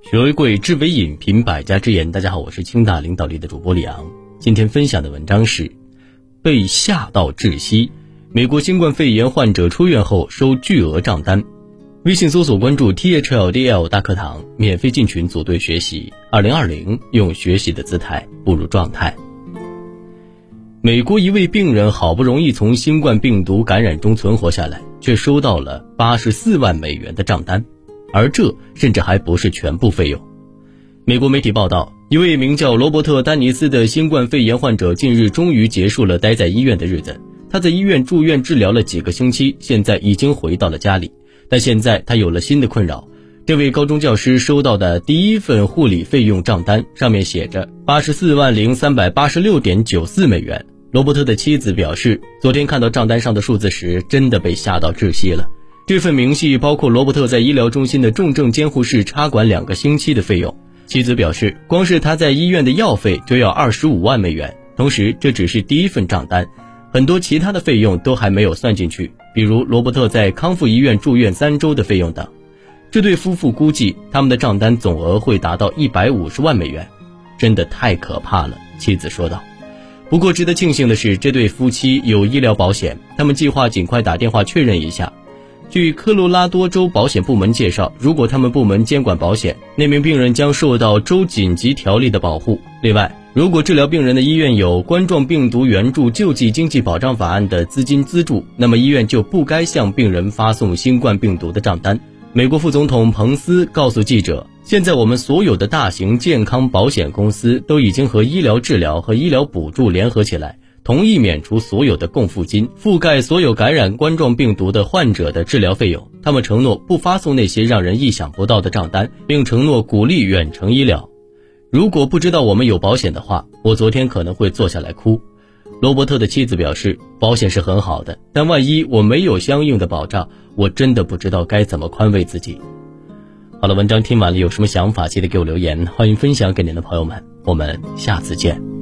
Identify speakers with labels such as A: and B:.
A: 学为贵，知为引，品百家之言。大家好，我是清大领导力的主播李昂。今天分享的文章是被吓到窒息，美国新冠肺炎患者出院后收巨额账单。微信搜索关注 THLDL 大课堂，免费进群组队学习。2020用学习的姿态步入状态。美国一位病人好不容易从新冠病毒感染中存活下来，却收到了84万美元的账单，而这甚至还不是全部费用。美国媒体报道，一位名叫罗伯特·丹尼斯的新冠肺炎患者近日终于结束了待在医院的日子。他在医院住院治疗了几个星期，现在已经回到了家里。但现在他有了新的困扰，这位高中教师收到的第一份护理费用账单上面写着840386.94美元。罗伯特的妻子表示，昨天看到账单上的数字时真的被吓到窒息了。这份明细包括罗伯特在医疗中心的重症监护室插管2个星期的费用。妻子表示，光是他在医院的药费就要25万美元，同时这只是第一份账单，很多其他的费用都还没有算进去，比如罗伯特在康复医院住院3周的费用等。这对夫妇估计他们的账单总额会达到150万美元，真的太可怕了，妻子说道。不过值得庆幸的是，这对夫妻有医疗保险，他们计划尽快打电话确认一下。据科罗拉多州保险部门介绍，如果他们部门监管保险，那名病人将受到州紧急条例的保护。另外，如果治疗病人的医院有冠状病毒援助救济经济保障法案的资金资助，那么医院就不该向病人发送新冠病毒的账单。美国副总统彭斯告诉记者，现在我们所有的大型健康保险公司都已经和医疗治疗和医疗补助联合起来，同意免除所有的共付金，覆盖所有感染冠状病毒的患者的治疗费用。他们承诺不发送那些让人意想不到的账单，并承诺鼓励远程医疗。如果不知道我们有保险的话，我昨天可能会坐下来哭。罗伯特的妻子表示，保险是很好的，但万一我没有相应的保障，我真的不知道该怎么宽慰自己。好了，文章听完了，有什么想法记得给我留言，欢迎分享给您的朋友们，我们下次见。